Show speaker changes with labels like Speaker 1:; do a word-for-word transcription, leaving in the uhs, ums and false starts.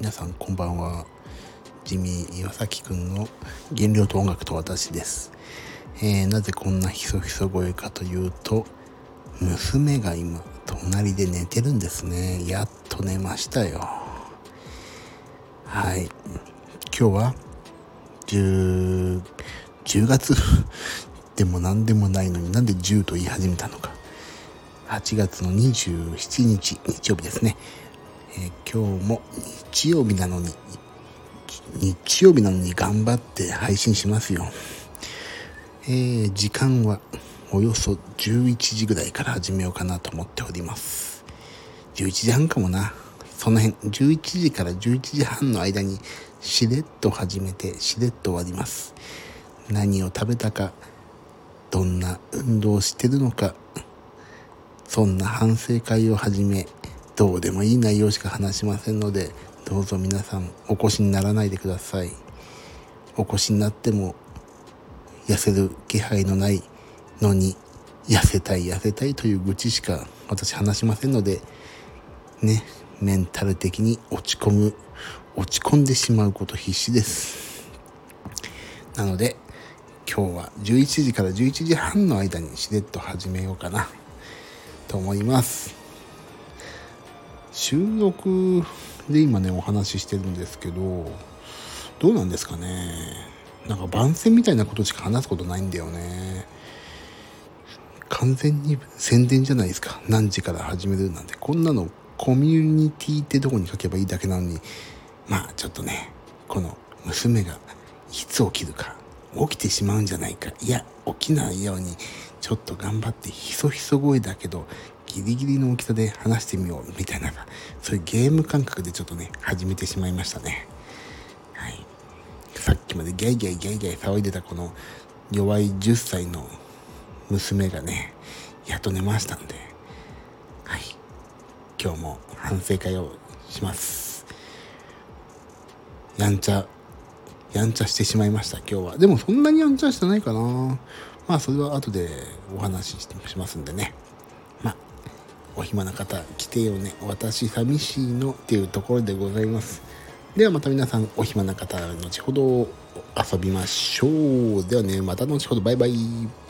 Speaker 1: 皆さんこんばんは。ジミー岩崎くんの原料と音楽と私です。えー、なぜこんなひそひそ声かというと、娘が今隣で寝てるんですね。やっと寝ましたよ。はい、今日はじゅう、じゅうがつでも何でもないのになんでじゅうと言い始めたのか。はちがつのにじゅうしちにち日曜日ですね。えー、今日も日曜日なのに日曜日なのに頑張って配信しますよ。えー、時間はおよそじゅういちじぐらいから始めようかなと思っております。じゅういちじはんかもな。その辺じゅういちじからじゅういちじはんの間にしれっと始めてしれっと終わります。何を食べたか、どんな運動をしてるのか、そんな反省会をはじめ、どうでもいい内容しか話しませんので、どうぞ皆さんお越しにならないでください。お越しになっても痩せる気配のないのに、痩せたい痩せたいという愚痴しか私話しませんのでね、メンタル的に落ち込む落ち込んでしまうこと必死です。なので今日はじゅういちじからじゅういちじはんの間にしれっと始めようかなと思います。収録で今ねお話ししてるんですけど、どうなんですかね。なんか番宣みたいなことしか話すことないんだよね。完全に宣伝じゃないですか。何時から始めるなんて、こんなのコミュニティってとこに書けばいいだけなのに、まあちょっとね、この娘がいつ起きるか、起きてしまうんじゃないか、いや起きないようにちょっと頑張ってひそひそ声だけどギリギリの大きさで話してみようみたいな、そういうゲーム感覚でちょっとね始めてしまいましたね。はい、さっきまでギャイギャイギャイギャイ騒いでたこの弱いじゅっさいの娘がねやっと寝ましたんで、はい、今日も反省会をします。やんちゃやんちゃしてしまいました今日は。でもそんなにやんちゃしてないかな。まあそれは後でお話ししてしますんでね。まあお暇な方来てよね、私寂しいのっていうところでございます。ではまた皆さんお暇な方後ほど遊びましょう。ではね、また後ほど、バイバイ。